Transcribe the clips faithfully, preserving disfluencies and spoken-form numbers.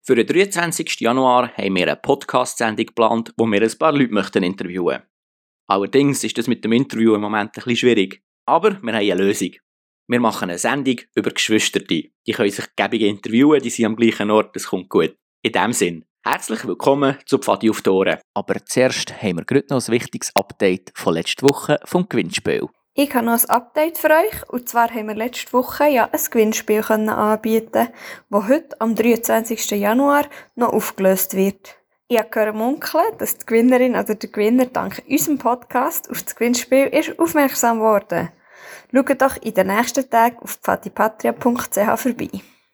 Für den dreiundzwanzigsten Januar haben wir eine Podcast-Sendung geplant, wo wir ein paar Leute möchten interviewen. Allerdings ist das mit dem Interview im Moment ein bisschen schwierig. Aber wir haben eine Lösung. Wir machen eine Sendung über Geschwisterte. Die können sich gäbig interviewen, die sind am gleichen Ort, das kommt gut. In diesem Sinn, herzlich willkommen zu Pfadi auf die Ohren. Aber zuerst haben wir gerade noch ein wichtiges Update von letzter Woche vom Gewinnspiel. Ich habe noch ein Update für euch. Und zwar haben wir letzte Woche ja ein Gewinnspiel anbieten, das heute am dreiundzwanzigsten Januar noch aufgelöst wird. Ich habe gehört munkeln, dass die Gewinnerin oder der Gewinner dank unserem Podcast auf das Gewinnspiel ist aufmerksam worden. Schaut doch in den nächsten Tagen auf pfadipatria punkt c h vorbei.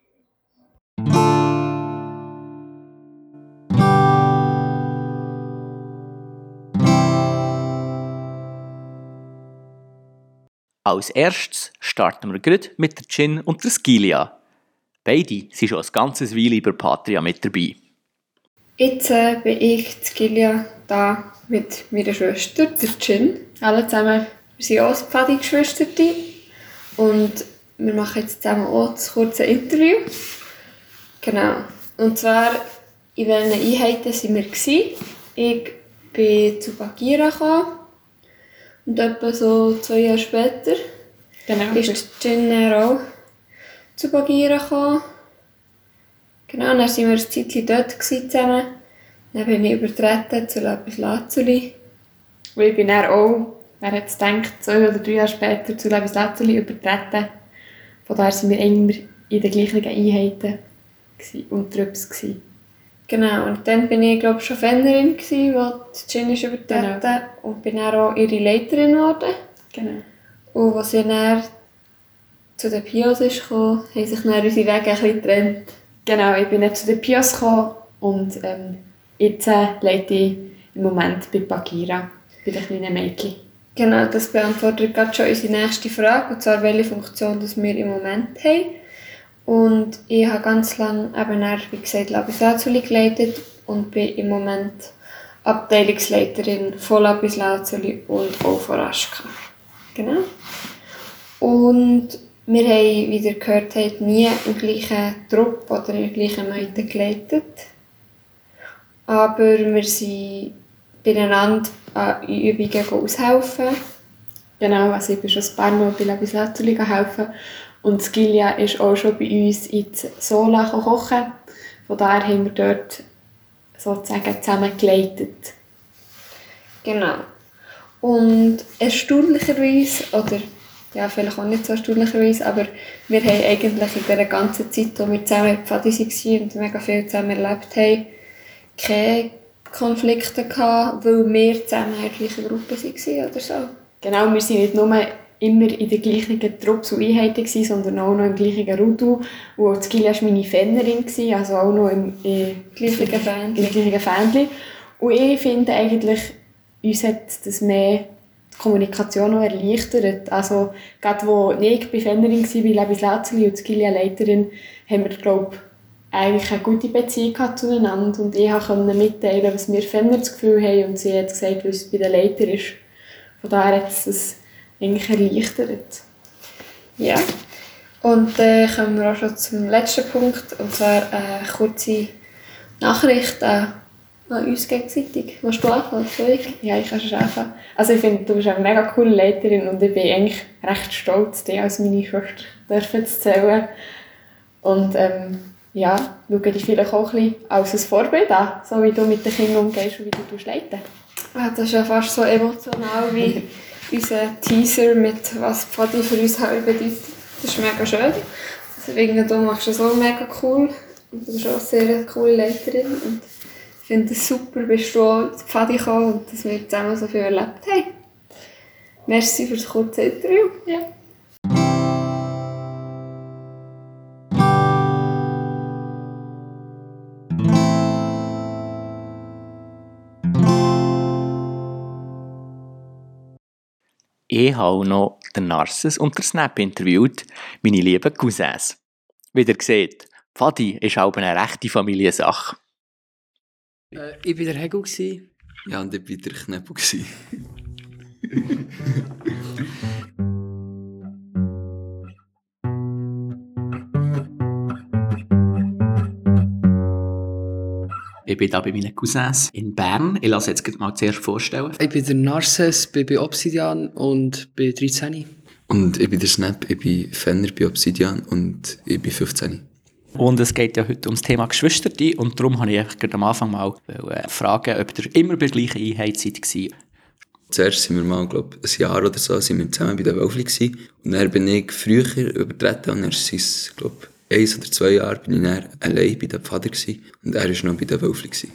Als erstes starten wir gerade mit der Gin und der Skilia. Beide sind schon ein ganzes Weile bei Patria mit dabei. Jetzt äh, bin ich, Skilia, da mit meiner Schwester, der Gin. Alle zusammen, wir sind auch Pfadi-Geschwisterte. Und wir machen jetzt zusammen auch ein kurzes Interview. Genau. Und zwar, in welchen Einheiten waren wir gewesen? Ich bin zu Bagira gekommen. Und etwa so zwei Jahre später genau, ist Gin auch zu Bagira gekommen. Genau, dann waren wir ein Zeitchen dort zusammen. Dann bin ich übertreten zu Lapis Lazuli. Und ich bin dann auch, wer hätte es gedacht, zwei oder drei Jahre später zu Lapis Lazuli übertreten. Von daher waren wir immer in den gleichen Einheiten und Trupps. Genau, und dann war ich glaube schon Fennerin, als die Gin ist übertreten genau. Und bin dann auch ihre Leiterin geworden. Genau. Und als sie dann zu den Pios ist gekommen, haben sich dann unsere Wege ein bisschen getrennt. Genau, ich bin dann zu den Pios gekommen und ähm, jetzt äh, leite ich im Moment bei Bagira, bei den kleinen Mädchen. Genau, das beantwortet gerade schon unsere nächste Frage, und zwar welche Funktion das wir im Moment haben. Und ich habe ganz lange eben dann, wie gesagt, Lapis Lazuli geleitet und bin im Moment Abteilungsleiterin von Lapis Lazuli und auch von Raschka. Genau. Und wir haben, wie ihr gehört habt, nie im gleichen Trupp oder in der gleichen Meute geleitet. Aber wir sind beieinander an Übungen aushelfen. Genau, also ich bin schon ein paar Mal bei Lapis Lazuli helfen. Und Skilia ist auch schon bei uns in Sola kochen. Von daher haben wir dort sozusagen zusammen geleitet. Genau. Und erstaunlicherweise, oder ja, vielleicht auch nicht so erstaunlicherweise, aber wir haben eigentlich in dieser ganzen Zeit, wo wir zusammen in Pfadi waren und mega viel zusammen erlebt haben, keine Konflikte gehabt, weil wir zusammen in der gleichen Gruppe waren oder so. Genau, wir sind nicht nur immer in den gleichen Trupps und Einheiten, sondern auch noch im gleichen Rudu. Und Skilia war meine Fennerin, also auch noch im, im gleichen Fähnchen. Und ich finde eigentlich, uns hat das mehr die Kommunikation noch erleichtert. Also, gerade wo ich bei Fennerin war, bei Lapis Lazuli und Skilia Leiterin, haben wir, glaube ich, eigentlich eine gute Beziehung zueinander. Und ich konnte mitteilen, was wir Fenner das Gefühl haben. Und sie hat gesagt, wie es bei den Leitern ist. Von daher hat es das eigentlich erleichtert. Ja. Und dann äh, kommen wir auch schon zum letzten Punkt. Und zwar eine kurze Nachricht an, an uns gegenseitig. Willst du anfangen? Ja, ich kann schon anfangen. Also ich finde, du bist eine mega coole Leiterin und ich bin eigentlich recht stolz, dich als meine Schwester zu zählen. Und ähm, ja, schau dich vielleicht auch ein bisschen als ein Vorbild an, so wie du mit den Kindern umgehst und wie du leiten. Ah, das ist ja fast so emotional wie unser Teaser mit was Pfadi für uns halt bedeutet. Das ist mega schön. Deswegen, du machst das auch mega cool. Und du bist auch eine sehr coole Leiterin. Und ich finde es super, bist du auch zu Pfadi gekommen und dass wir zusammen so viel erlebt haben. Merci für das kurze Interview. Ja. Ich habe noch den Narcissus und den Snap interviewt, meine lieben Cousins. Wie ihr seht, Pfadi ist auch eine rechte Familiensache. Äh, ich war der Hegel. Ja, und ich war der Knebel. Ich bin hier bei meinen Cousins in Bern. Ich lasse jetzt gleich mal zuerst vorstellen. Ich bin der Narses, bin bei Obsidian und bin dreizehn. Und ich bin der Snap, ich bin Fenner bei Obsidian und ich bin fünfzehn. Und es geht ja heute ums Thema Geschwisterte und darum wollte ich einfach gerade am Anfang mal fragen, ob ihr immer bei der gleichen Einheit seid. Zuerst sind wir mal, glaube ich, ein Jahr oder so sind wir zusammen bei den Wölfli gewesen. Und dann bin ich früher übertreten und dann sind es, glaube ich, eins oder zwei Jahre bin ich dann allein bei den Pfader gewesen. Und er war noch bei den Wölfli gewesen.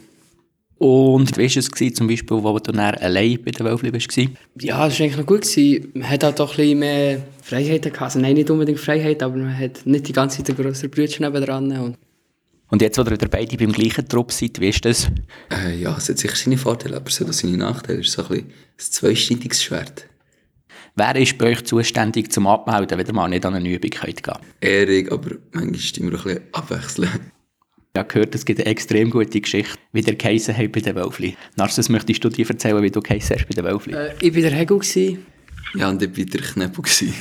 Und wie war es gewesen, zum Beispiel, wo du dann allein bei den Wölfli warst? Ja, das war eigentlich noch gut gewesen. Man hat halt auch ein bisschen mehr Freiheiten gehabt. Also nein, nicht unbedingt Freiheit, aber man hat nicht die ganze Zeit einen grösseren Brüder nebendran. Und Und jetzt, wo ihr beide beim gleichen Trupp seid, wie ist das? Äh, ja, es hat sicher seine Vorteile, aber es hat auch seine Nachteile. Es ist so ein bisschen ein zweischneidiges Schwert. Wer ist bei euch zuständig zum Abmelden, wenn ihr mal nicht an eine Übung gehen könnt? Erik, aber manchmal stimmen wir auch ein bisschen abwechseln. Ich habe gehört, es gibt eine extrem gute Geschichte, wie ihr geheissen habt bei den Wölfli. Narses, möchtest du dir erzählen, wie du geheissen hast bei den Wölfli? äh, ich war der Hegel. Gewesen. Ja, und ich war der Knebel gewesen.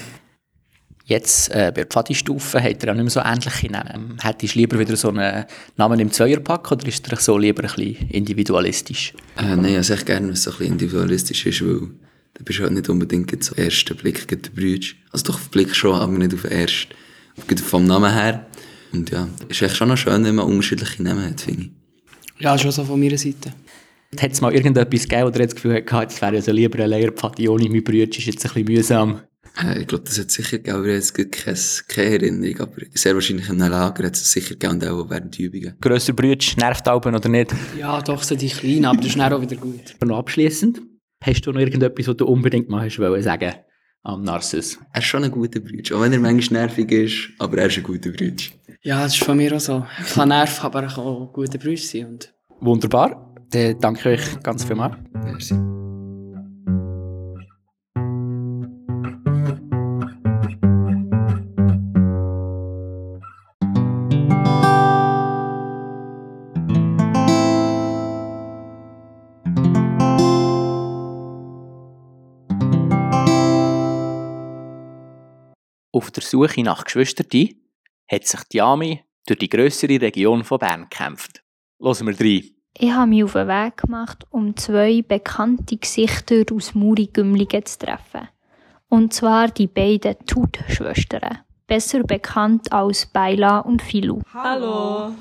Jetzt äh, bei der Pfadi-Stufe habt ihr ja nicht mehr so ähnliche Namen. Hättest du lieber wieder so einen Namen im Zweierpack oder ist dir so lieber ein bisschen individualistisch? Äh, nein, also ich gerne, wenn es so ein bisschen individualistisch ist, weil du bist halt nicht unbedingt so auf den ersten Blick der Brüder. Also doch auf den Blick schon, aber nicht auf den ersten. Vom Namen her. Und ja, es ist eigentlich schon noch schön, wenn man unterschiedliche Namen hat, finde ich. Ja, schon so von meiner Seite. Hat es mal irgendetwas gegeben, oder das Gefühl gehabt, es wäre ja so lieber ein Leierpfadi ohne mein Brüder, ist jetzt ein bisschen mühsam? Äh, ich glaube, das hat es sicher gegeben, aber ich habe jetzt keine, keine Erinnerung. Aber sehr wahrscheinlich in einem Lager hat es sicher gegeben, auch während der Übungen. Grösser Brüder, nervt Alben oder nicht? Ja, doch, so die Kleinen, aber das ist dann auch wieder gut. Und noch abschliessend, hast du noch irgendetwas, was du unbedingt mal hast wollen sagen am Narses? Er ist schon ein guter Brüder, auch wenn er manchmal nervig ist, aber er ist ein guter Brüder. Ja, das ist von mir auch so. Er kann nerven, aber er kann auch ein guter Brüder sein. Und Wunderbar, dann danke ich euch ganz vielmals. Merci. Auf der Suche nach Geschwistern hat sich die Ami durch die grössere Region von Bern gekämpft. Hören wir rein. Ich habe mich auf den Weg gemacht, um zwei bekannte Gesichter aus Muri-Gümligen zu treffen. Und zwar die beiden Tut-Schwestern, besser bekannt als Beila und Filu. Hallo!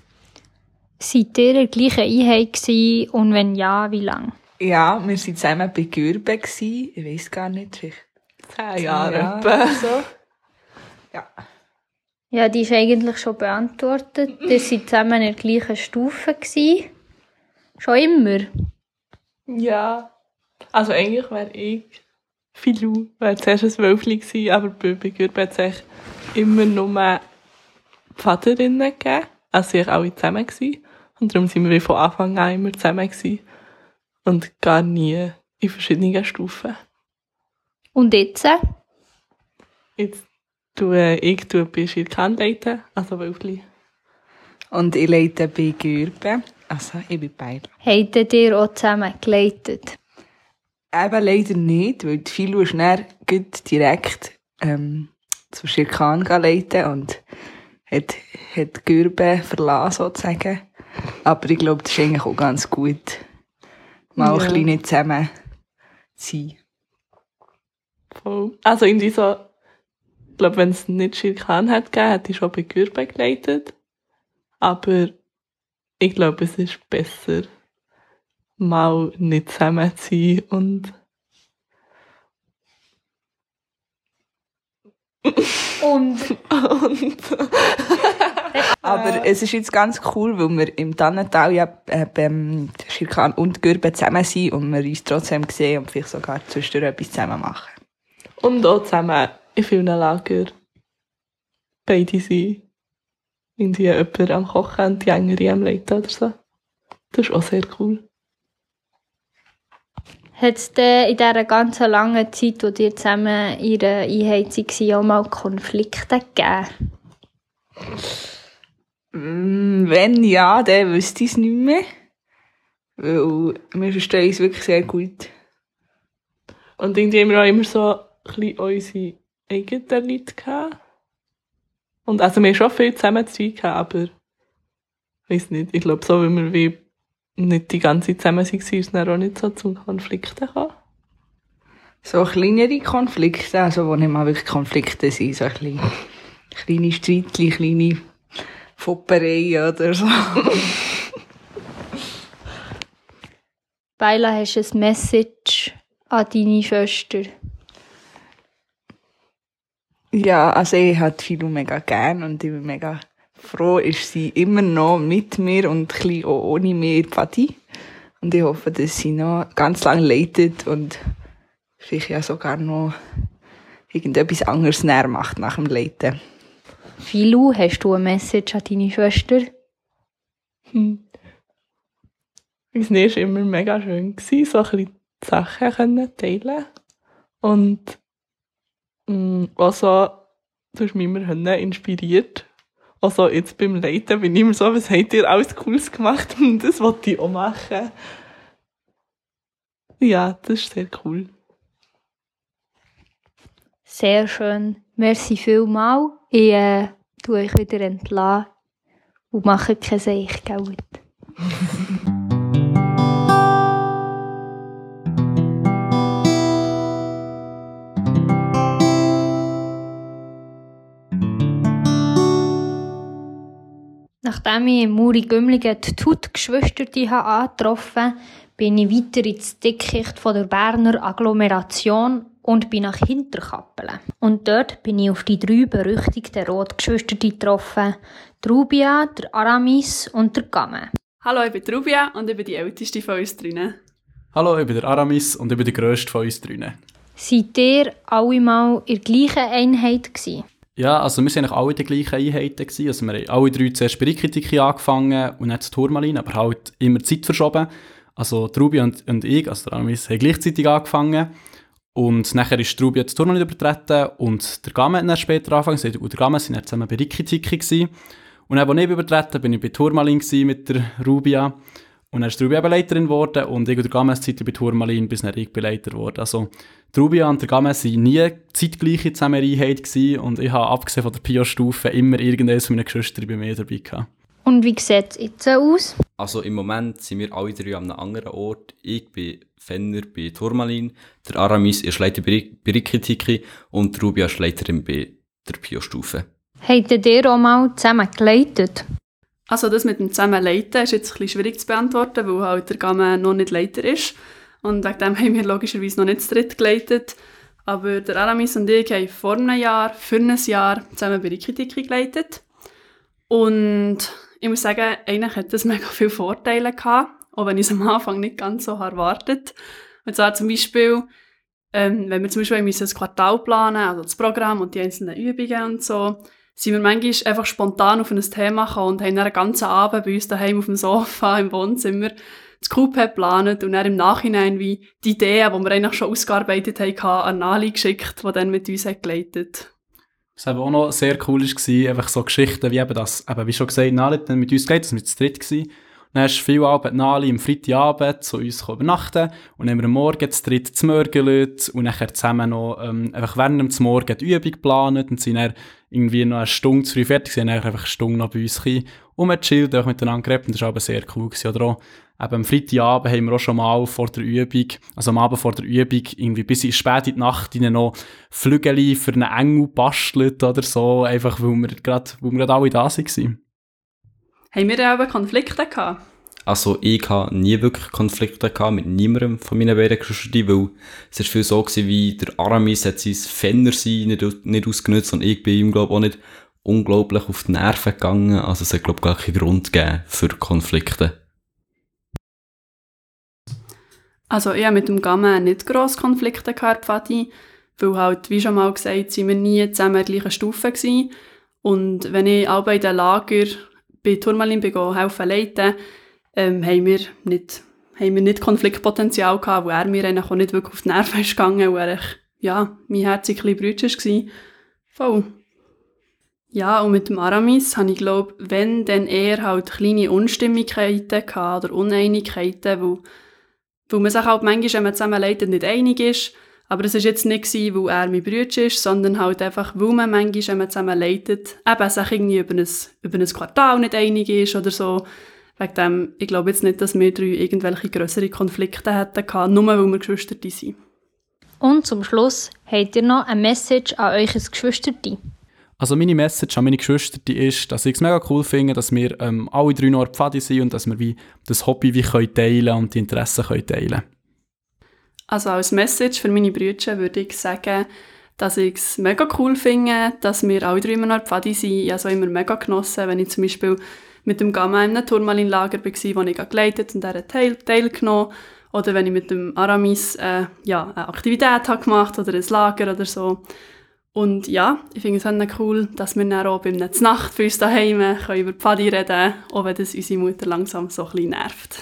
Seid ihr in der gleichen Einheit gewesen, und wenn ja, wie lange? Ja, wir waren zusammen bei Gürbe. Ich weiss gar nicht, vielleicht zehn Jahre Jahre etwa. so. Ja. Ja, die ist eigentlich schon beantwortet. Ihr seid zusammen in der gleichen Stufe gewesen. Schon immer? Ja, also eigentlich wäre ich Filou, wäre zuerst ein Wölfli gewesen, aber bei, bei Gürbe hat es eigentlich immer nur Pfaderinnen gegeben. Also sie waren alle zusammen gewesen. Und darum sind wir von Anfang an immer zusammen gewesen. Und gar nie in verschiedenen Stufen. Und jetzt? Jetzt tue ich tue bei Schirkan leiten, also Wölfli. Und ich leite bei Gürbe. Also ich bin beide. Habt ihr auch zusammen geleitet? Eben leider nicht, weil die Filu ist dann gut direkt ähm, zu Schirkan leiten und hat, hat Gürbe verlassen sozusagen. Aber ich glaube, das ist eigentlich auch ganz gut, mal Ja. ein bisschen nicht zusammen zu sein. Voll. Also irgendwie so, ich glaube, wenn es nicht Schirkan hat gegeben, hätte ich schon bei Gürbe geleitet. Aber ich glaube, es ist besser, mal nicht zusammen zu sein und Und? und Aber es ist jetzt ganz cool, weil wir im Tannental ja äh, beim Schirkan und Gürbe zusammen sind und wir uns trotzdem sehen und vielleicht sogar zwischendurch etwas zusammen machen. Und auch zusammen in vielen Lagern. Beide sind irgendwie jemand am Kochen und die andere am Leiten oder so. Das ist auch sehr cool. Hat es denn in dieser ganzen langen Zeit, wo ihr zusammen in einer Einheit wart, auch mal Konflikte gegeben? Mm, wenn ja, dann wüsste ich es nicht mehr. Weil wir verstehen uns wirklich sehr gut. Und irgendwie haben wir auch immer so ein bisschen unsere eigenen Leute gehabt. Und also wir haben schon viel zusammen zu tun gehabt, aber Weiss nicht, ich glaube so, weil wir wie nicht die ganze Zeit zusammen waren, ist es dann auch nicht so zum Konflikten gekommen. So kleinere Konflikte, also wo nicht mal wirklich Konflikte sind, so ein bisschen kleine Streitchen, kleine Fopperei oder so. Baila, hast du ein Message an deine Schwester? Ja, also ich habe Philo mega gern und ich bin mega froh, ist sie immer noch mit mir und ein bisschen auch ohne mir Pfadi. Und ich hoffe, dass sie noch ganz lange leitet und vielleicht ja sogar noch irgendetwas anderes näher macht nach dem Leiten. Philu, hast du eine Message an deine Schwester? Hm. Es war immer mega schön, so ein bisschen Sachen können teilen. Und mh, auch so, du hast mich immer inspiriert. Also jetzt beim Leiten bin ich immer so, was habt ihr alles Cooles gemacht und das wollte ich auch machen. Ja, das ist sehr cool. Sehr schön. Merci vielmals. Ich äh, tue euch wieder entlassen und mache kein Seich, gell? Nachdem ich in Muri-Gümligen die Tut-Geschwister angetroffen habe, bin ich weiter ins Dickicht von der Berner Agglomeration und bin nach Hinterkappelen. Und dort bin ich auf die drei berüchtigten Rotgeschwister getroffen: die Rubia, der Aramis und der Game. Hallo, ich bin die Rubia und ich bin die älteste von uns drinnen. Hallo, ich bin der Aramis und ich bin der grösste von uns drinnen. Seid ihr alle mal in der gleichen Einheit gewesen? Ja, also wir waren eigentlich alle in den gleichen Einheiten. Also wir haben alle drei zuerst bei Rikki-Tikki angefangen und dann zu Turmalin, aber halt immer Zeit verschoben. Also die Rubia und, und ich, also der Aramis, haben gleichzeitig angefangen. Und nachher ist die Rubia zu Turmalin übertreten und der Game hat dann später angefangen. Und der Game waren dann zusammen bei Rikki-Tikki gewesen. Und dann, als ich übertreten bin, ich bei Turmalin mit der Rubia. Und dann ist die Rubia Leiterin geworden und ich und der Game Zeit bei Turmalin, bis dann ich Leiter wurde. Also die Rubia und der Game waren nie zeitgleich zusammen in Einheit gewesen und ich habe, abgesehen von der Pio-Stufe, immer irgendeines von meinen Geschwistern bei mir dabei gehabt. Und wie sieht es jetzt aus? Also im Moment sind wir alle drei an einem anderen Ort. Ich bin Fenner bei Turmalin, der Aramis ist Leiter bei Rikki-Tikki und die Rubia ist Leiterin bei der Pio-Stufe. Habt ihr auch mal zusammen geleitet? Also das mit dem Zusammenleiten ist jetzt ein bisschen schwierig zu beantworten, weil halt der Game noch nicht Leiter ist. Und wegen dem haben wir logischerweise noch nicht zu dritt geleitet. Aber der Aramis und ich haben vor einem Jahr, für ein Jahr zusammen bei Rikki-Tikki geleitet. Und ich muss sagen, eigentlich hat das mega viele Vorteile gehabt, auch wenn ich es am Anfang nicht ganz so erwartet. Und zwar zum Beispiel, ähm, wenn wir zum Beispiel ein Quartal planen, also das Programm und die einzelnen Übungen und so, sind wir manchmal einfach spontan auf ein Thema gekommen und haben dann einen ganzen Abend bei uns daheim auf dem Sofa im Wohnzimmer das Coupé geplant und dann im Nachhinein wie die Ideen, die wir eigentlich schon ausgearbeitet haben, an Nali geschickt, die dann mit uns hat geleitet. Was eben auch noch sehr cool war, einfach so Geschichten wie eben das, eben wie schon gesagt, Nali hat dann mit uns geleitet, das war zu dritt gewesen. Und dann ist viel Abend Nali am Freitagabend zu uns übernachten und dann haben wir am Morgen zu dritt zu Morgen und nachher zusammen noch ähm, einfach während dem Morgen die Übung geplant und sind dann irgendwie noch eine Stunde zu früh fertig gewesen, dann einfach eine Stunde noch bei uns rumgechillt, auch miteinander geredet und das war aber sehr cool gewesen. Oder auch eben am Freitagabend haben wir auch schon mal vor der Übung, also am Abend vor der Übung, irgendwie bis in spät in die Nacht ihnen noch Flügel für einen Engel bastelt oder so, einfach weil wir gerade alle da waren. Haben wir denn auch Konflikte gehabt? Also ich hatte nie wirklich Konflikte gehabt mit niemandem von meinen beiden Geschwistern, weil es war viel so gewesen, wie der Aramis hat sein Fenner-Sein nicht, nicht ausgenutzt und ich bin ihm, glaube ich, auch nicht unglaublich auf die Nerven gegangen. Also es hat, glaube ich, gar keinen Grund gegeben für Konflikte. Also ich habe mit dem Game nicht grosse Konflikte gehabt, Pfadi, weil halt, wie schon mal gesagt, sind wir nie zusammen in der gleichen Stufe gewesen. Und wenn ich auch bei den Lager bei Turmalin helfen leiten, ähm, haben, wir nicht, haben wir nicht Konfliktpotenzial gehabt, wo er mir auch nicht wirklich auf die Nerven ist gegangen, wo er ja, mein herziges kleines Brütchen war. Voll. Ja, und mit dem Aramis habe ich, glaube, wenn, dann eher halt kleine Unstimmigkeiten gehabt oder Uneinigkeiten, weil, weil man sich halt manchmal, wenn man zusammen leitet, nicht einig ist. Aber es war jetzt nicht, weil er mein Bruder ist, sondern halt einfach, weil man manchmal, wenn man zusammen leitet, eben sich irgendwie über ein, über ein Quartal nicht einig ist oder so. Wegen dem, ich glaube jetzt nicht, dass wir drei irgendwelche grössere Konflikte hätten, nur weil wir Geschwister sind. Und zum Schluss habt ihr noch eine Message an euch als Geschwister? Also meine Message an meine Geschwister ist, dass ich es mega cool finde, dass wir ähm, alle drei noch Pfadi sind und dass wir wie das Hobby wie können teilen und die Interessen können teilen. Also als Message für meine Brüder würde ich sagen, dass ich es mega cool finde, dass wir alle drei immer noch Pfadi sind. Ich habe es auch immer mega genossen, wenn ich zum Beispiel mit dem Gamma in einem Turmalinlager war, wo ich geleitet und er hat teil, teilgenommen. Oder wenn ich mit dem Aramis äh, ja, eine Aktivität habe gemacht oder ein Lager oder so. Und ja, ich finde es auch cool, dass wir dann auch bei einer Nacht für uns daheim können über Pfadi reden können, auch wenn das unsere Mutter langsam so ein bisschen nervt.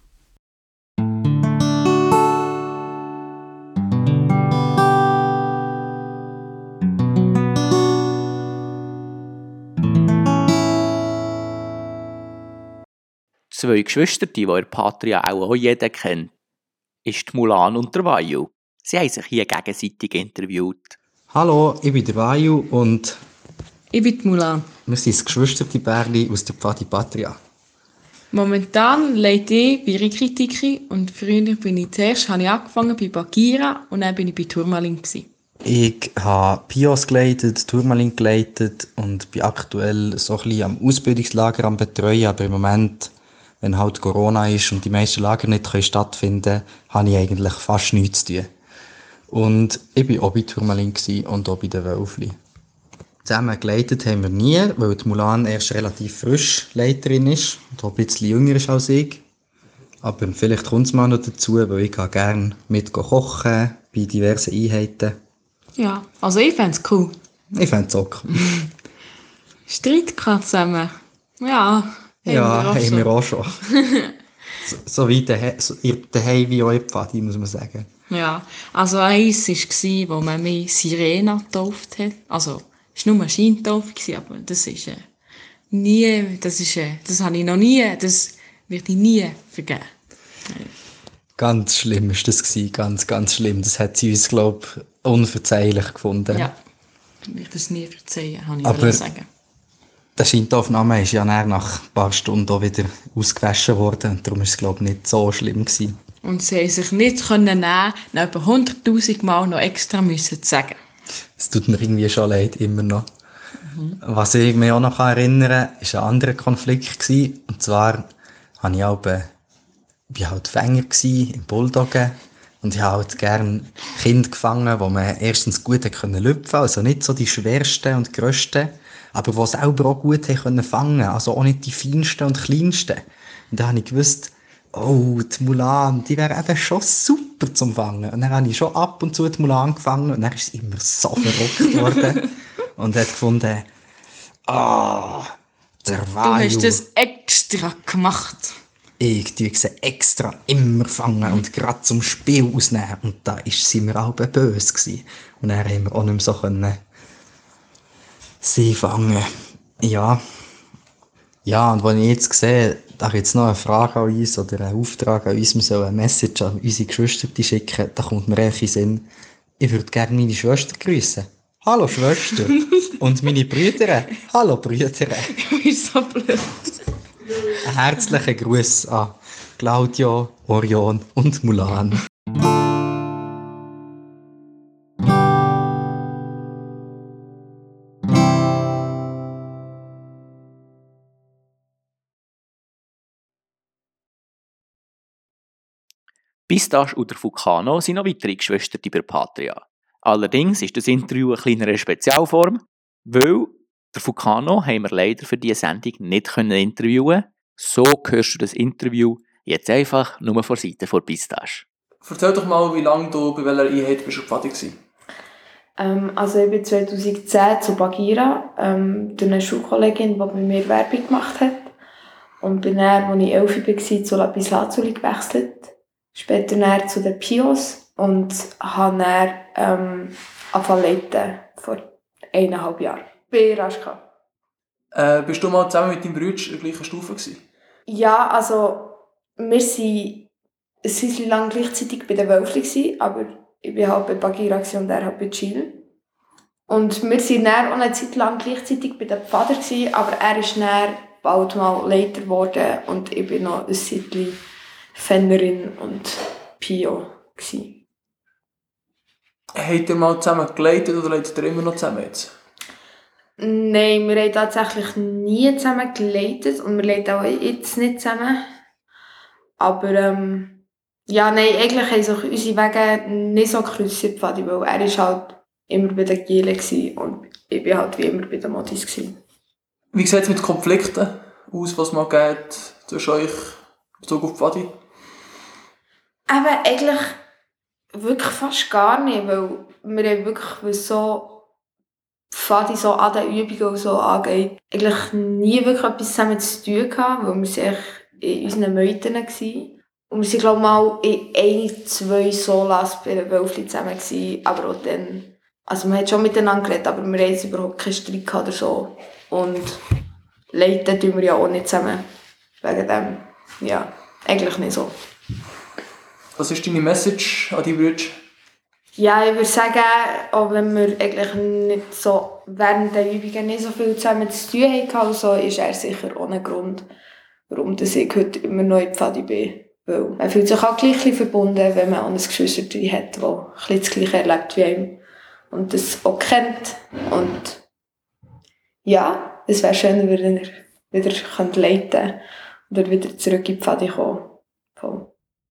Zwei Geschwister, die in Patria auch, auch jeder kennt, ist die Mulan und der Vayu. Sie haben sich hier gegenseitig interviewt. Hallo, ich bin der Vayu und ich bin die Mulan. Wir sind das Geschwisterti-Bärli aus der Pfadi Patria. Momentan leite ich bei Rikritiki und früher bin ich zuerst habe ich angefangen bei Bagira und dann bin ich bei Turmalin gewesen. Ich habe Pios geleitet, Turmalin geleitet und bin aktuell so ein bisschen am Ausbildungslager am Betreuen, aber im Moment, wenn halt Corona ist und die meisten Lager nicht stattfinden können, habe ich eigentlich fast nichts zu tun. Und ich war auch bei Turmalin und auch bei den Wölfli. Zusammen geleitet haben wir nie, weil die Mulan erst relativ frisch Leiterin ist und auch ein bisschen jünger ist als ich. Aber vielleicht kommt es mal noch dazu, weil ich gerne mit kochen bei diversen Einheiten. Ja, also ich fände es cool. Ich fände es auch cool. Streit gehabt zusammen. Ja, ja, haben wir auch schon. Haben wir auch schon. so, so wie daheim so wie auch in Pfadi, muss man sagen. Ja, also eins war, wo man mich Sirena getauft hat. Also, es war nur eine Scheintaufe, aber das ist äh, nie, das ist, äh, das habe ich noch nie, das werde ich nie vergeben. Ganz schlimm war das gewesen, ganz, ganz schlimm. Das hat sie uns, glaube ich, unverzeihlich gefunden. Ja, ich werde das nie verzeihen, habe ich aber sagen. Der Scheintauffname ist ja nach ein paar Stunden auch wieder ausgewaschen worden und darum war es, glaube ich, nicht so schlimm gewesen. Und sie haben sich nicht können nehmen, noch etwa hunderttausend Mal noch extra müssen sagen. Es tut mir irgendwie schon leid, immer noch. Mhm. Was ich mich auch noch erinnern kann, war ein anderer Konflikt gewesen. Und zwar war ich auch, äh, bin halt Fänger gewesen, im Bulldoggen. Und ich habe halt gerne Kinder gefangen, die man erstens gut lüpfen konnte. Also nicht so die schwersten und grössten, aber die selber auch gut fangen konnten. Also auch nicht die feinsten und kleinsten. Und da habe ich gewusst, oh, die Mulan, die wäre eben schon super zum Fangen. Und dann habe ich schon ab und zu die Mulan gefangen und dann ist sie immer so verrückt worden. Und hat gefunden, ah, oh, der Vayu. Du hast das extra gemacht. Ich tue sie extra immer fangen und gerade zum Spiel ausnehmen. Und da war sie mir auch böse gewesen. Und dann haben wir auch nicht mehr so können sie fangen. Ja. Ja, und wenn ich jetzt sehe, da habe ich jetzt noch eine Frage an uns oder einen Auftrag an uns, wir sollen eine Message an unsere Geschwister schicken, da kommt mir echt in den Sinn, ich würde gerne meine Schwester grüßen. Hallo Schwester. Und meine Brüder. Hallo Brüder. Du bist so blöd. Ein herzlicher Gruß an Claudio, Orion und Mulan. Pistache und der Vulcano sind noch weitere Geschwister bei Patria. Allerdings ist das Interview eine kleinere Spezialform, weil der Vulcano haben wir leider für diese Sendung nicht interviewen können. So hörst du das Interview jetzt einfach nur von Seite von Pistache. Erzähl doch mal, wie lange du bei welcher Einheit bist du Pfadi warst. Ähm, also ich bin zweitausendzehn zu Bagira, ähm, durch eine Schulkollegin, die bei mir Werbung gemacht hat. Und bin dann, als ich elf war, zu Lapis Lazuli gewechselt. Später dann zu den Pios und habe dann ähm, angefangen zu leiten vor eineinhalb Jahren. Bei Raschka. Äh, bist du mal zusammen mit deinem Bruder in der gleichen Stufe gewesen? Ja, also wir waren ein bisschen lang gleichzeitig bei den Wölfli, aber ich war halt bei Bagira und er halt bei Chill. Und wir waren dann auch eine Zeit lang gleichzeitig bei den Pfader, aber er ist dann bald mal Leiter geworden und ich war noch ein Zeitchen Fennerin und Pio. Habt ihr mal zusammen geleitet oder leitet ihr immer noch zusammen jetzt? Nein, wir haben tatsächlich nie zusammen geleitet und wir leiten auch jetzt nicht zusammen. Aber ähm, ja, nein, eigentlich haben sich unsere Wege nicht so gekreuzt, weil er war halt immer bei den Gielen und ich war halt wie immer bei den Modis. Wie sieht es mit Konflikten aus, was mal geht zwischen euch in Bezug auf Pfadi? Aber eigentlich wirklich fast gar nicht, weil wir haben wirklich, was so Pfadi so an den Übungen und so angeht, eigentlich nie wirklich etwas zusammen zu tun gehabt, weil wir waren in unseren Meuten waren. Und wir waren, glaube ich, mal in ein, zwei Solas bei den Wölfli zusammen gewesen, aber auch dann, also man hat schon miteinander geredet, aber wir haben jetzt überhaupt keinen Streit gehabt oder so. Und leiten tun wir ja auch nicht zusammen. Wegen dem, ja, eigentlich nicht so. Was ist deine Message an die Brüder? Ja, ich würde sagen, auch wenn wir eigentlich nicht so während der Übungen nicht so viel zusammen zu tun hatten, so, ist er sicher auch ein Grund, warum ich heute immer noch in Pfadi bin. Weil man fühlt sich auch gleich verbunden, wenn man auch ein Geschwister hat, das ein das Gleiche erlebt wie einem und das auch kennt. Und ja, es wäre schön, wenn er wieder leiten könnte oder wieder zurück in die Pfadi kommen. Voll.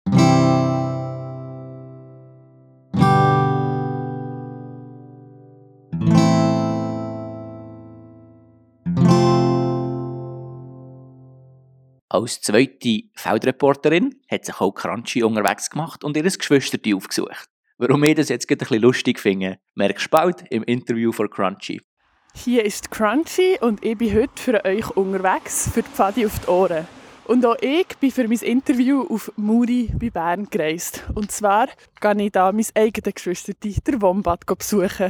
Als zweite Feldreporterin hat sich auch Crunchy unterwegs gemacht und ihr Geschwisterchen aufgesucht. Warum ich das jetzt ein bisschen lustig finde, merkst du bald im Interview von Crunchy. Hier ist Crunchy und ich bin heute für euch unterwegs für die Pfadi auf die Ohren. Und auch ich bin für mein Interview auf Muri bei Bern gereist. Und zwar gehe ich da mein eigenes Geschwisterchen, der Wombat, besuchen.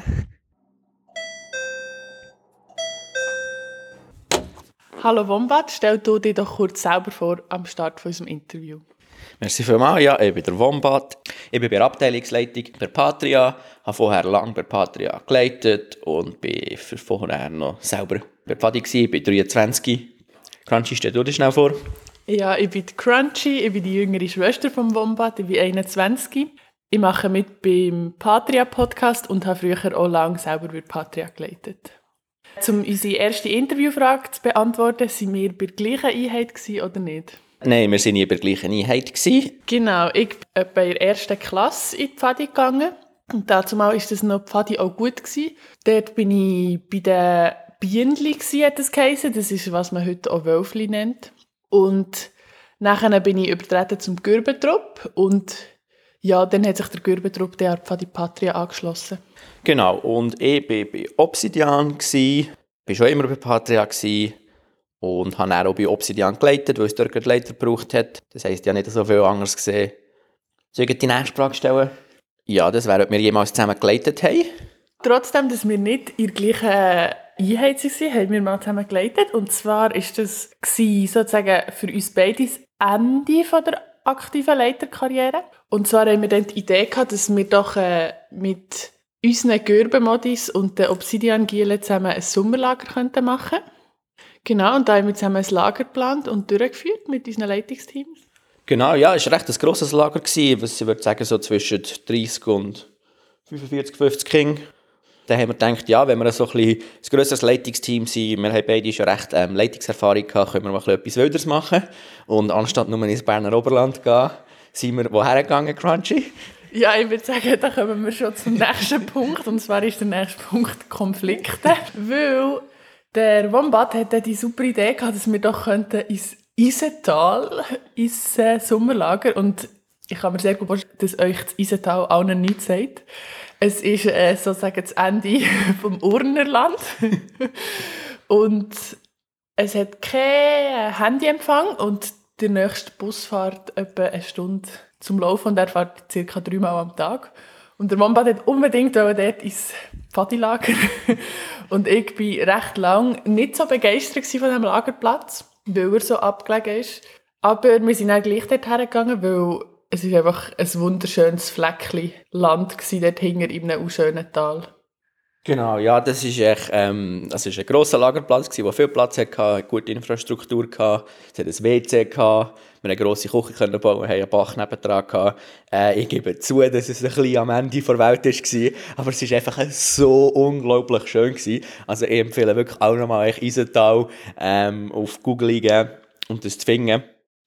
Hallo Wombat, stell du dich doch kurz selber vor am Start von unserem Interview. Merci vielmals, ja, ich bin der Wombat. Ich bin bei der Abteilungsleitung bei Patria, habe vorher lange bei Patria geleitet und bin für vorher noch selber bei Pfadi gewesen. Ich bin dreiundzwanzig. Crunchy, stell du dich schnell vor. Ja, ich bin die Crunchy, ich bin die jüngere Schwester vom Wombat, ich bin einundzwanzig. Ich mache mit beim Patria-Podcast und habe früher auch lange selber bei Patria geleitet. Um unsere erste Interviewfrage zu beantworten, waren wir bei der gleichen Einheit oder nicht? Nein, wir waren nie bei der gleichen Einheit. Genau, ich bin bei der ersten Klasse in die Pfadi gegangen. Und dazu war das noch Pfadi auch gut gewesen. Dort bin ich bei den Bienenli, hat das geheißen. Das ist, was man heute auch Wölfli nennt. Und nachher bin ich übertreten zum Gürbetrupp. Und ja, dann hat sich der Gürbetrupp der Pfadi Patria angeschlossen. Genau, und ich war bei Obsidian, ich war schon immer bei Patria und habe dann auch bei Obsidian geleitet, weil es dort einen Leiter gebraucht hat. Das heisst, ich habe nicht so viel anderes gesehen. Soll ich die nächste Frage stellen? Ja, das wäre, ob wir jemals zusammen geleitet haben. Trotzdem, dass wir nicht in der gleichen Einheit waren, haben wir mal zusammen geleitet. Und zwar war das sozusagen für uns beide das Ende der aktiven Leiterkarriere. Und zwar haben wir dann die Idee gehabt, dass wir doch äh, mit unseren Gürbenmodis und den Obsidian-Gielen zusammen ein Sommerlager könnten machen. Genau, und da haben wir zusammen ein Lager geplant und durchgeführt mit unseren Leitungsteams. Genau, ja, es war recht ein grosses Lager gewesen, was ich würde sagen, so zwischen dreißig und fünfundvierzig, fünfzig Kinder. Dann haben wir gedacht, ja, wenn wir so ein, bisschen ein grösseres Leitungsteam sind, wir haben beide schon recht ähm, Leitungserfahrung gehabt, können wir mal etwas Wilderes machen. Und anstatt nur ins Berner Oberland zu gehen, sind wir woher gegangen, Crunchy? Ja, ich würde sagen, da kommen wir schon zum nächsten Punkt. Und zwar ist der nächste Punkt Konflikte. Weil der Wombat hatte die super Idee gehabt, dass wir doch könnten ins Isental, ins äh, Sommerlager. Und ich kann mir sehr gut vorstellen, dass euch das Isental auch noch nicht sagt. Es ist äh, sozusagen das Ende vom Urnerland. Und es hat keinen Handyempfang und der nächste Bus fährt etwa eine Stunde zum Laufen und er fährt ca. dreimal am Tag. Und der Wombat hat unbedingt dort ins Pfadilager. Und ich war recht lange nicht so begeistert von diesem Lagerplatz, weil er so abgelegen ist. Aber wir sind dann gleich dort hergegangen, weil es war einfach ein wunderschönes Fleckchen Land gewesen, dort hinten in einem schönen Tal. Genau, ja, das ist echt, ähm, das ist ein grosser Lagerplatz gewesen, der viel Platz hatte, eine gute Infrastruktur hatte, es hat ein W C gehabt, wir eine grosse Küche können bauen, wir hatten einen Bach nebendran gehabt. Äh, ich gebe zu, dass es ein bisschen am Ende der Welt war, aber es war einfach so unglaublich schön gewesen. Also ich empfehle wirklich auch nochmal Isental ähm, auf Google eingeben und das zu finden.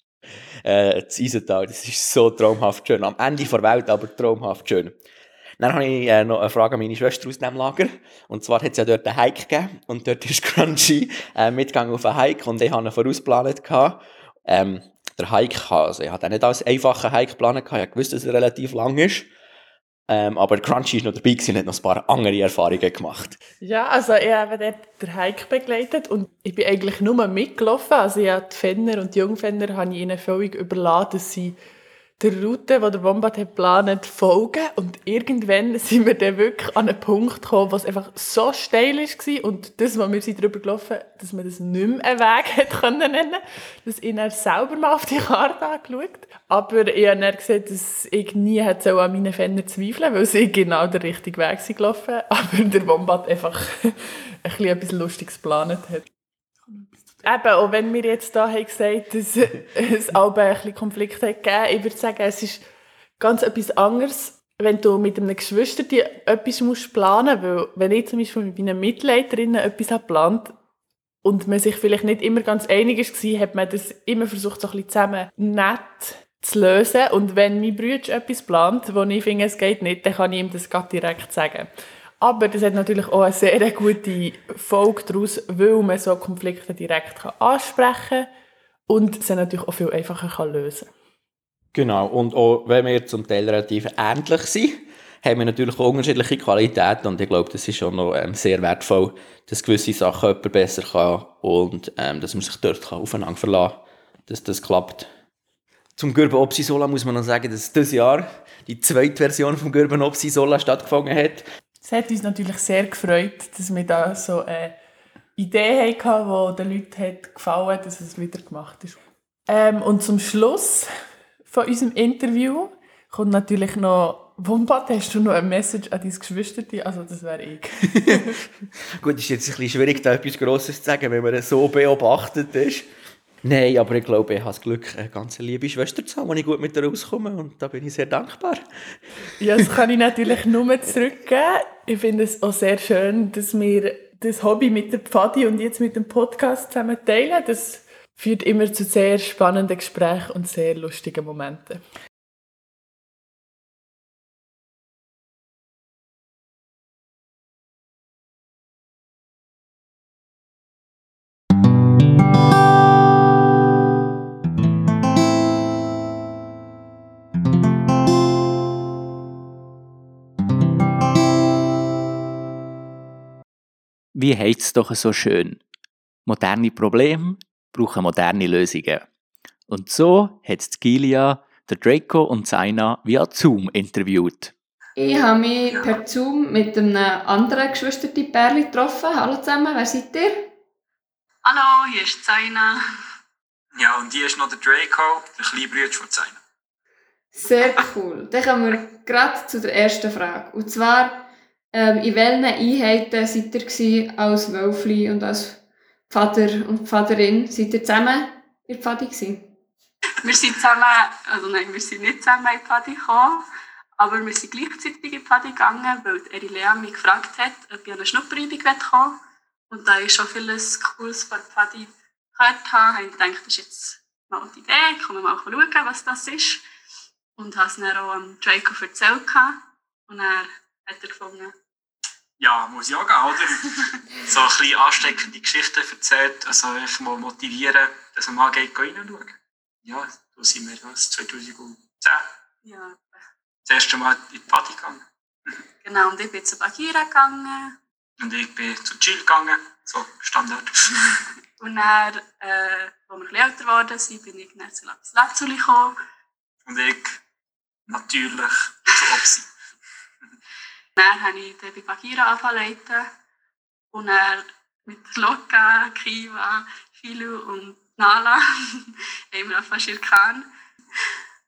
Äh, das Isental, das ist so traumhaft schön. Am Ende der Welt, aber traumhaft schön. Dann habe ich äh, noch eine Frage an meine Schwester aus dem Lager. Und zwar hat es ja dort einen Hike gegeben. Und dort ist Crunchy äh, mitgegangen auf einen Hike. Und ich hatte ihn vorausgeplant. Ähm, der Hike, also ich hatte ihn nicht als einfachen Hike geplant. Ich wusste, dass er relativ lang ist. Ähm, aber Crunchy war noch dabei und hat noch ein paar andere Erfahrungen gemacht. Ja, also ich habe dort den Hike begleitet und ich bin eigentlich nur mitgelaufen. Also ich habe die Fenner und die Jungfenner habe ich ihnen völlig überlassen, dass sie der Route, die der Wombat hat geplant, folgen. Und irgendwann sind wir dann wirklich an einen Punkt gekommen, wo es einfach so steil war. Und das, was wir sind darüber gelaufen sind, dass man das nicht mehr einen Weg hätte können nennen, dass ich dann selber mal auf die Karte angeschaut. Aber ich habe dann gesehen, dass ich nie hätte an meinen Fennern zweifeln, weil sie genau den richtigen Weg sind gelaufen. Aber der Wombat einfach ein bisschen etwas Lustiges geplant hat. Eben, auch wenn wir jetzt hier haben gesagt, dass es auch ein bisschen Konflikte hat gegeben, ich würde sagen, es ist ganz etwas anderes, wenn du mit einem Geschwister etwas musst planen musst. Weil wenn ich zum Beispiel mit meinen Mitleiterinnen etwas geplant und man sich vielleicht nicht immer ganz einig war, hat man das immer versucht, so ein bisschen zusammen nett zu lösen. Und wenn mein Bruder etwas plant, wo ich finde, es geht nicht, dann kann ich ihm das gerade direkt sagen. Aber das hat natürlich auch eine sehr gute Folge daraus, weil man so Konflikte direkt ansprechen kann und sie natürlich auch viel einfacher kann lösen kann. Genau, und auch wenn wir zum Teil relativ ähnlich sind, haben wir natürlich auch unterschiedliche Qualitäten und ich glaube, das ist schon noch ähm, sehr wertvoll, dass gewisse Sachen jemand besser kann und ähm, dass man sich dort kann aufeinander verlassen kann, dass das klappt. Zum Gürben Opsi Sola muss man noch sagen, dass dieses Jahr die zweite Version vom Gürben Opsi Sola stattgefunden hat. Es hat uns natürlich sehr gefreut, dass wir da so eine Idee hatten, die den Leuten hat gefallen hat, dass es wieder gemacht ist. Ähm, und zum Schluss von unserem Interview kommt natürlich noch, Wombat, hast du noch eine Message an dein Geschwister? Also das wäre ich. Gut, es ist jetzt ein bisschen schwierig, da etwas Grosses zu sagen, wenn man so beobachtet ist. Nein, aber ich glaube, ich habe das Glück, eine ganz liebe Schwester zu haben, wo ich gut mit ihr rauskomme und da bin ich sehr dankbar. Ja, das kann ich natürlich nur zurückgeben. Ich finde es auch sehr schön, dass wir das Hobby mit der Pfadi und jetzt mit dem Podcast zusammen teilen. Das führt immer zu sehr spannenden Gesprächen und sehr lustigen Momenten. Wie heisst es doch so schön? Moderne Probleme brauchen moderne Lösungen. Und so hat Gilia der Draco und Zaina via Zoom interviewt. Ich habe mich per Zoom mit einem anderen Geschwisterpärchen getroffen. Hallo zusammen, wer seid ihr? Hallo, hier ist Zaina. Ja, und hier ist noch der Draco, der kleine Bruder von Zaina. Sehr cool. Dann kommen wir gerade zu der ersten Frage. Und zwar, ähm, in welchen Einheiten seid ihr gewesen, als Wölfli und als Vater und Vaterin? Seid ihr zusammen in der Pfadi gewesen? Wir sind zusammen, also nein, wir sind nicht zusammen in die Pfadi gekommen, aber wir sind gleichzeitig in die Pfadi gegangen, weil Erilea mich gefragt hat, ob ich an eine Schnupperübung kommen will. Und da ich schon vieles Cooles von der Pfadi gehört habe, habe ich gedacht, das ist jetzt mal die Idee, kommen wir mal schauen, was das ist. Und habe es dann auch am Draco erzählt. Und dann hat er gefunden, ja, muss ich auch gehen, oder? So ein bisschen ansteckende Geschichten erzählt, also ich mal motivieren, dass man mal geht reinschauen. Ja, da sind wir das zwanzig zehn. Ja. Das erste Mal in die Pfadi gegangen. Genau, und ich bin zu Bagira gegangen. Und ich bin zu Chill gegangen, so Standard. Und dann, äh, als wir ein bisschen älter geworden sind, bin ich dann zu Lapis Lazuli gekommen. Und ich natürlich zu Opsi. Dann habe ich bei Bagira angefangen zu leiten. Und dann mit Loka, Kiva, Filu und Nala haben wir angefangen Schirkan.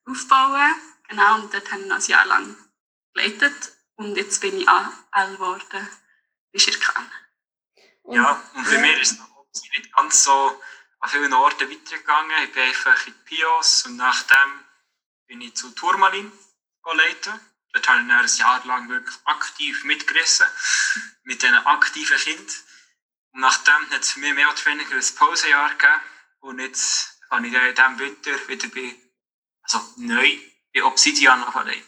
aufbauen. Genau, und dort habe ich noch ein Jahr lang geleitet. Und jetzt bin ich A L geworden bei Schirkan. Ja, und bei mir ist es noch nicht ganz so an vielen Orten weitergegangen. Ich bin einfach in die Pios und nachdem bin ich zu Turmalin leiten. Dort habe ich dann ein Jahr lang wirklich aktiv mitgerissen, mit diesen aktiven Kindern. Und nachdem hat es für mich mehr oder weniger ein Pausenjahr gegeben. Und jetzt kann ich dann in diesem Winter wieder bei, also neu bei Obsidian leiten.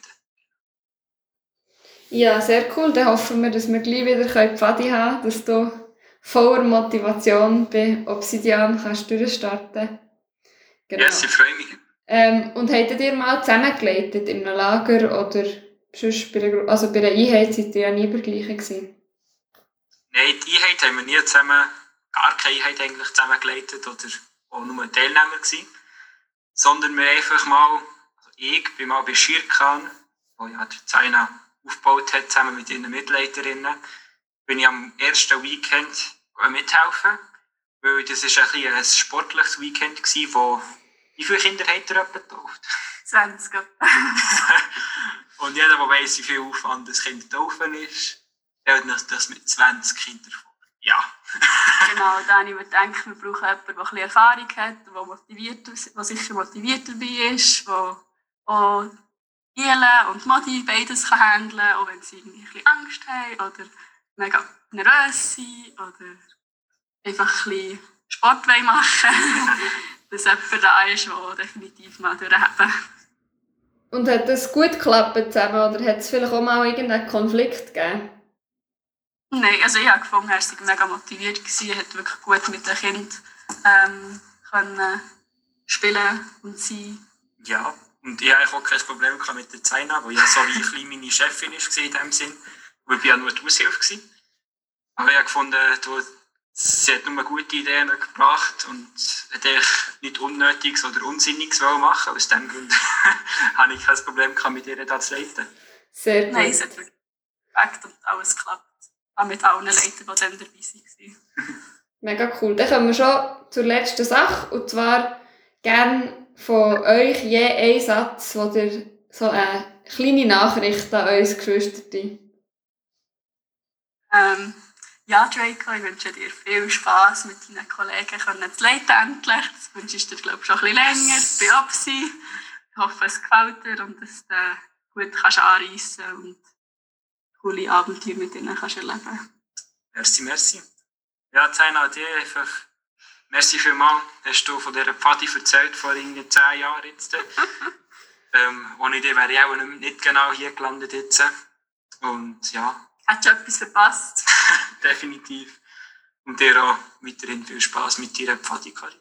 Ja, sehr cool. Dann hoffen wir, dass wir gleich wieder Pfadi haben können, dass du voller Motivation bei Obsidian kannst durchstarten. Genau. Yes, ich freue mich. Ähm, und habt ihr mal zusammengeleitet in einem Lager oder sonst bei einer, also bei einer Einheit seid ihr ja nie gleich gewesen? Nein, die Einheit haben wir nie zusammen, gar keine Einheit eigentlich zusammengeleitet oder auch nur Teilnehmer gewesen. Sondern wir einfach mal, also ich bin mal bei Schirkan, wo ja der Zaina aufgebaut hat, zusammen mit ihren Mitleiterinnen, bin ich am ersten Weekend mithelfen, weil das ist ein, bisschen ein sportliches Weekend war, wo wie viele Kinder hat er etwa getauft? zwanzig. Und jeder, der weiss, wie viel Aufwand das Kind taufen ist, stellt sich das mit zwanzig Kindern vor. Ja. Genau, dann habe ich gedacht, wir brauchen jemanden, der ein bisschen Erfahrung hat, der, motiviert, der sicher motiviert dabei ist, der auch Spielen und Modi beides kann handeln kann, auch wenn sie irgendwie ein bisschen Angst haben oder mega nervös sind oder einfach ein bisschen Sport machen wollen. Dass jemand da ist, der definitiv mal durchheben. Und hat das gut geklappt zusammen oder hat es vielleicht auch mal irgendeinen Konflikt gegeben? Nein, also ich habe gefunden, er war mega motiviert, er hat wirklich gut mit den Kindern ähm, können spielen und sein. Ja, und ich hatte auch kein Problem mit der Zaina, die ja so wie ein bisschen meine Chefin war in dem Sinn. Weil ich ja nur die Aushilfe war. Aber ich habe gefunden, sie hat nur gute Ideen gebracht und hat nichts Unnötiges oder Unsinniges machen. Aus diesem Grund habe ich kein Problem mit ihr da zu leiten. Sehr gut. Nein, es hat wirklich perfekt und alles geklappt. Auch mit allen Leuten, die dann dabei waren. Mega cool. Dann kommen wir schon zur letzten Sache. Und zwar gerne von euch je einen Satz, wo ihr so eine kleine Nachricht an uns Geschwister. Ähm, ja, Draco, ich wünsche dir viel Spass mit deinen Kollegen können zu leiten endlich. Das wünsche ich dir, glaube ich, schon ein bisschen länger bei Opsi. Ich hoffe, es gefällt dir und dass du gut kannst anreissen und coole Abenteuer mit ihnen kannst erleben. Merci, merci. Ja, Zaina, dir einfach merci vielmals. Hast du von dieser Pfadi erzählt, vor irgendwie zehn Jahren jetzt. ähm, ohne dich wäre ich auch nicht genau hier gelandet jetzt. Und ja. Hast du etwas verpasst? Definitiv. Und dir auch weiterhin viel Spass mit deiner Pfadi-Karriere.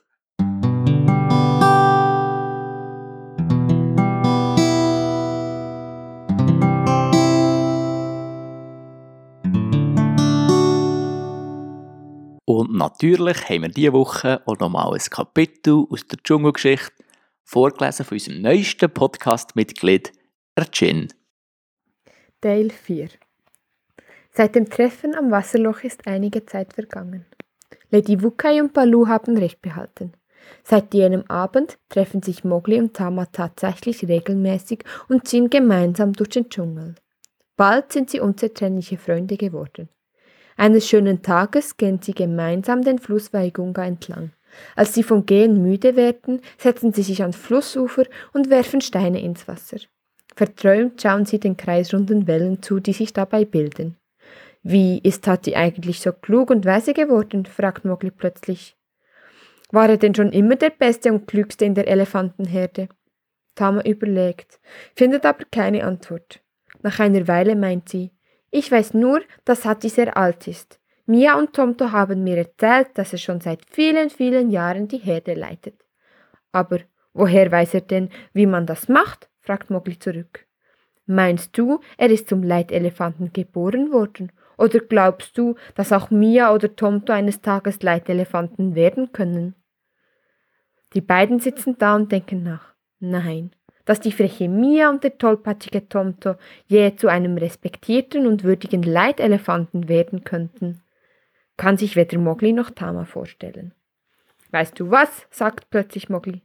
Und natürlich haben wir diese Woche auch nochmal ein Kapitel aus der Dschungelgeschichte vorgelesen von unserem neuesten Podcast-Mitglied, Ercin. Teil vier. Seit dem Treffen am Wasserloch ist einige Zeit vergangen. Lady Wukai und Baloo haben Recht behalten. Seit jenem Abend treffen sich Mowgli und Tama tatsächlich regelmäßig und ziehen gemeinsam durch den Dschungel. Bald sind sie unzertrennliche Freunde geworden. Eines schönen Tages gehen sie gemeinsam den Fluss Waigunga entlang. Als sie vom Gehen müde werden, setzen sie sich ans Flussufer und werfen Steine ins Wasser. Verträumt schauen sie den kreisrunden Wellen zu, die sich dabei bilden. »Wie ist Tati eigentlich so klug und weise geworden?« fragt Mowgli plötzlich. »War er denn schon immer der Beste und Klügste in der Elefantenherde?« Tama überlegt, findet aber keine Antwort. Nach einer Weile meint sie, »Ich weiß nur, dass Tati sehr alt ist. Mia und Tomto haben mir erzählt, dass er schon seit vielen, vielen Jahren die Herde leitet.« »Aber woher weiß er denn, wie man das macht?« fragt Mowgli zurück. »Meinst du, er ist zum Leitelefanten geboren worden? Oder glaubst du, dass auch Mia oder Tomto eines Tages Leitelefanten werden können?« Die beiden sitzen da und denken nach. Nein, dass die freche Mia und der tollpatschige Tomto je zu einem respektierten und würdigen Leitelefanten werden könnten, kann sich weder Mowgli noch Tama vorstellen. »Weißt du was?« sagt plötzlich Mowgli.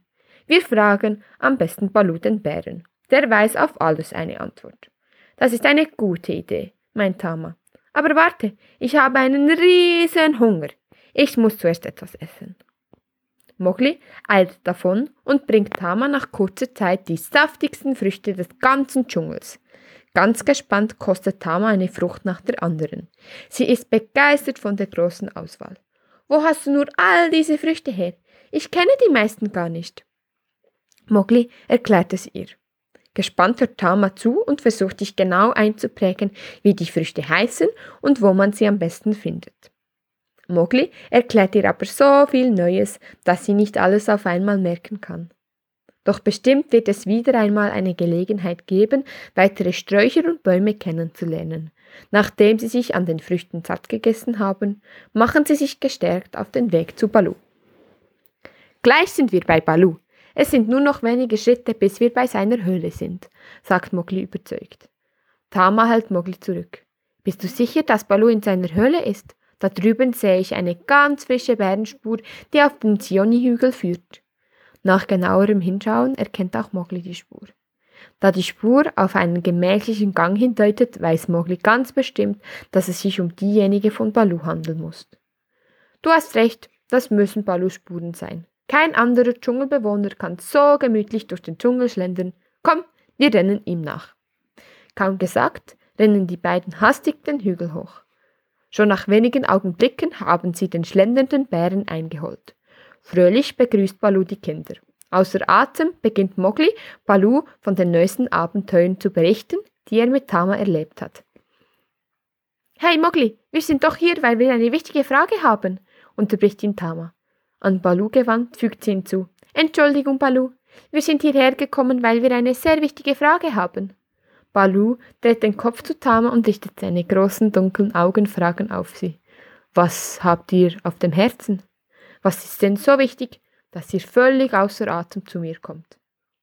Wir fragen am besten Baloo den Bären. Der weiß auf alles eine Antwort. Das ist eine gute Idee, meint Tama. Aber warte, ich habe einen riesen Hunger. Ich muss zuerst etwas essen. Mowgli eilt davon und bringt Tama nach kurzer Zeit die saftigsten Früchte des ganzen Dschungels. Ganz gespannt kostet Tama eine Frucht nach der anderen. Sie ist begeistert von der großen Auswahl. Wo hast du nur all diese Früchte her? Ich kenne die meisten gar nicht. Mowgli erklärt es ihr. Gespannt hört Tama zu und versucht sich genau einzuprägen, wie die Früchte heißen und wo man sie am besten findet. Mowgli erklärt ihr aber so viel Neues, dass sie nicht alles auf einmal merken kann. Doch bestimmt wird es wieder einmal eine Gelegenheit geben, weitere Sträucher und Bäume kennenzulernen. Nachdem sie sich an den Früchten satt gegessen haben, machen sie sich gestärkt auf den Weg zu Baloo. Gleich sind wir bei Baloo. Es sind nur noch wenige Schritte, bis wir bei seiner Höhle sind, sagt Mowgli überzeugt. Tama hält Mowgli zurück. Bist du sicher, dass Baloo in seiner Höhle ist? Da drüben sehe ich eine ganz frische Bärenspur, die auf den Zioni-Hügel führt. Nach genauerem Hinschauen erkennt auch Mowgli die Spur. Da die Spur auf einen gemächlichen Gang hindeutet, weiß Mowgli ganz bestimmt, dass es sich um diejenige von Baloo handeln muss. Du hast recht, das müssen Baloos Spuren sein. Kein anderer Dschungelbewohner kann so gemütlich durch den Dschungel schlendern. Komm, wir rennen ihm nach. Kaum gesagt, rennen die beiden hastig den Hügel hoch. Schon nach wenigen Augenblicken haben sie den schlendernden Bären eingeholt. Fröhlich begrüßt Baloo die Kinder. Außer Atem beginnt Mowgli, Baloo von den neuesten Abenteuern zu berichten, die er mit Tama erlebt hat. »Hey Mowgli, wir sind doch hier, weil wir eine wichtige Frage haben«, unterbricht ihn Tama. An Baloo gewandt fügt sie hinzu. »Entschuldigung, Baloo, wir sind hierher gekommen, weil wir eine sehr wichtige Frage haben.« Baloo dreht den Kopf zu Tama und richtet seine großen, dunklen Augen fragend auf sie. »Was habt ihr auf dem Herzen? Was ist denn so wichtig, dass ihr völlig außer Atem zu mir kommt?«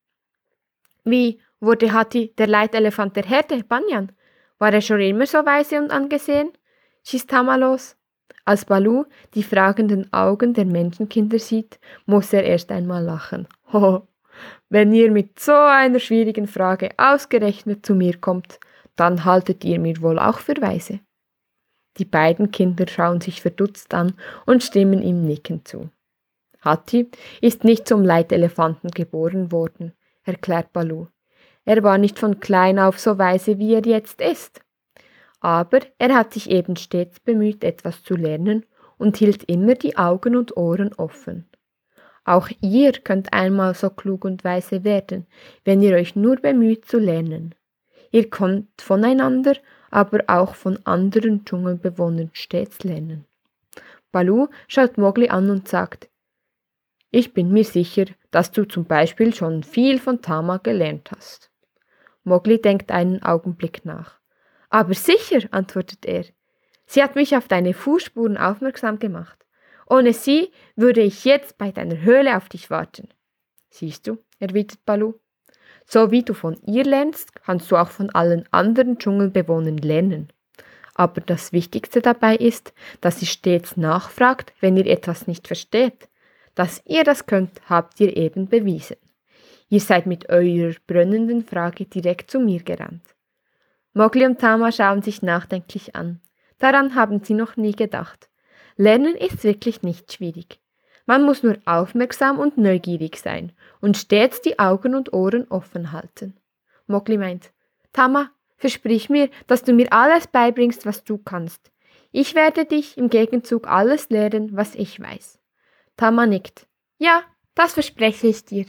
»Wie wurde Hati der Leitelefant der Herde, Banyan? War er schon immer so weise und angesehen?« schießt Tama los. Als Baloo die fragenden Augen der Menschenkinder sieht, muss er erst einmal lachen. »Hoho, wenn ihr mit so einer schwierigen Frage ausgerechnet zu mir kommt, dann haltet ihr mir wohl auch für weise.« Die beiden Kinder schauen sich verdutzt an und stimmen ihm nickend zu. »Hati ist nicht zum Leitelefanten geboren worden«, erklärt Baloo. »Er war nicht von klein auf so weise, wie er jetzt ist. Aber er hat sich eben stets bemüht, etwas zu lernen und hielt immer die Augen und Ohren offen. Auch ihr könnt einmal so klug und weise werden, wenn ihr euch nur bemüht zu lernen. Ihr könnt voneinander, aber auch von anderen Dschungelbewohnern stets lernen.« Baloo schaut Mowgli an und sagt, »Ich bin mir sicher, dass du zum Beispiel schon viel von Tama gelernt hast.« Mowgli denkt einen Augenblick nach. »Aber sicher«, antwortet er. »Sie hat mich auf deine Fußspuren aufmerksam gemacht. Ohne sie würde ich jetzt bei deiner Höhle auf dich warten.« »Siehst du«, erwidert Baloo, »so wie du von ihr lernst, kannst du auch von allen anderen Dschungelbewohnern lernen. Aber das Wichtigste dabei ist, dass ihr stets nachfragt, wenn ihr etwas nicht versteht. Dass ihr das könnt, habt ihr eben bewiesen. Ihr seid mit eurer brennenden Frage direkt zu mir gerannt.« Mowgli und Tama schauen sich nachdenklich an. Daran haben sie noch nie gedacht. Lernen ist wirklich nicht schwierig. Man muss nur aufmerksam und neugierig sein und stets die Augen und Ohren offen halten. Mowgli meint, »Tama, versprich mir, dass du mir alles beibringst, was du kannst. Ich werde dich im Gegenzug alles lehren, was ich weiß.« Tama nickt. »Ja, das verspreche ich dir.«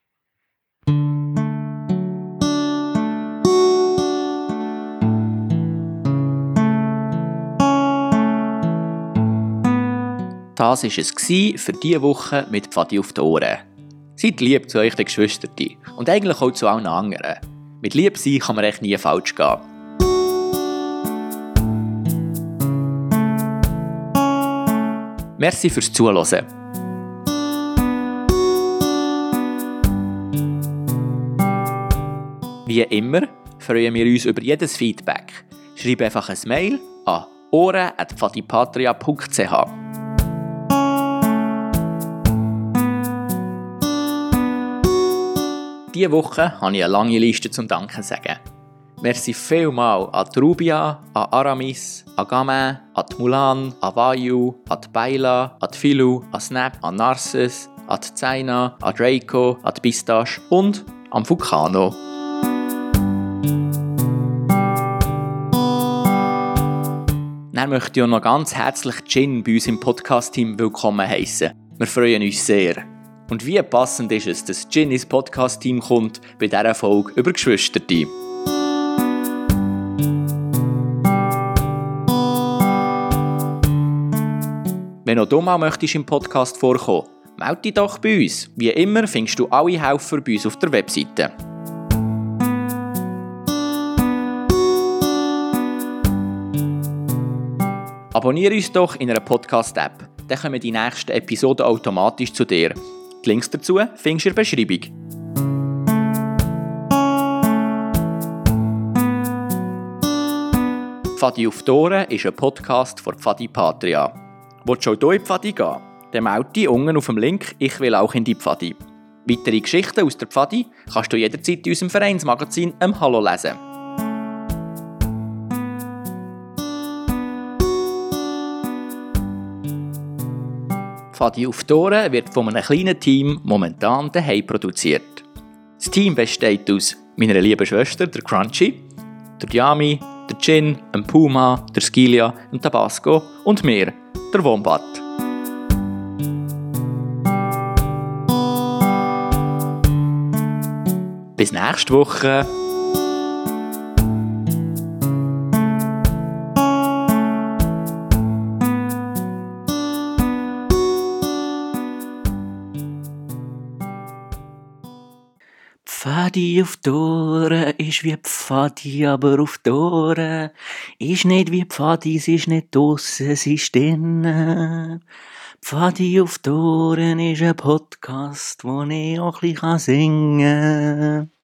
Das war es für diese Woche mit Pfadi auf den Ohren. Seid lieb zu euch, den Geschwistern, und eigentlich auch zu allen anderen. Mit Lieb sein kann man echt nie falsch gehen. Merci fürs Zuhören. Wie immer freuen wir uns über jedes Feedback. Schreib einfach ein Mail an ohren at pfadipatria punkt c h. Diese Woche habe ich eine lange Liste zum Danken sagen. Merci vielmal an die Rubia, an Aramis, an Gamin, an die Mulan, an Vayu, an die Baila, an die Filou, an Snap, an Narcissus, an die Zaina, an Draco, an die Pistache und an Vulcano. Dann möchte ich auch noch ganz herzlich Gin bei uns im Podcast-Team willkommen heissen. Wir freuen uns sehr. Und wie passend ist es, dass Gin ins Podcast-Team kommt bei dieser Folge über Geschwisterte. Wenn auch du mal möchtest im Podcast vorkommen, melde dich doch bei uns. Wie immer findest du alle Helfer bei uns auf der Webseite. Abonniere uns doch in einer Podcast-App, dann kommen die nächsten Episoden automatisch zu dir. Die Links dazu findest du in der Beschreibung. Pfadi auf die Ohren ist ein Podcast von Pfadi Patria. Willst du auch hier in die Pfadi gehen? Dann melde dich unten auf dem Link «Ich will auch in die Pfadi». Weitere Geschichten aus der Pfadi kannst du jederzeit in unserem Vereinsmagazin «Em Hallo» lesen. Pfadi auf die Ohren wird von einem kleinen Team momentan daheim produziert. Das Team besteht aus meiner lieben Schwester, der Crunchy, der Yami, der Gin, dem Puma, der Skilia, dem Tabasco und mir, der Wombat. Bis nächste Woche. Pfadi auf die Ohren ist wie Pfadi, aber auf die Ohren ist nicht wie Pfadi, es ist nicht draussen, es ist drinnen. Pfadi auf die Ohren ist ein Podcast, wo ich auch ein bisschen singen kann.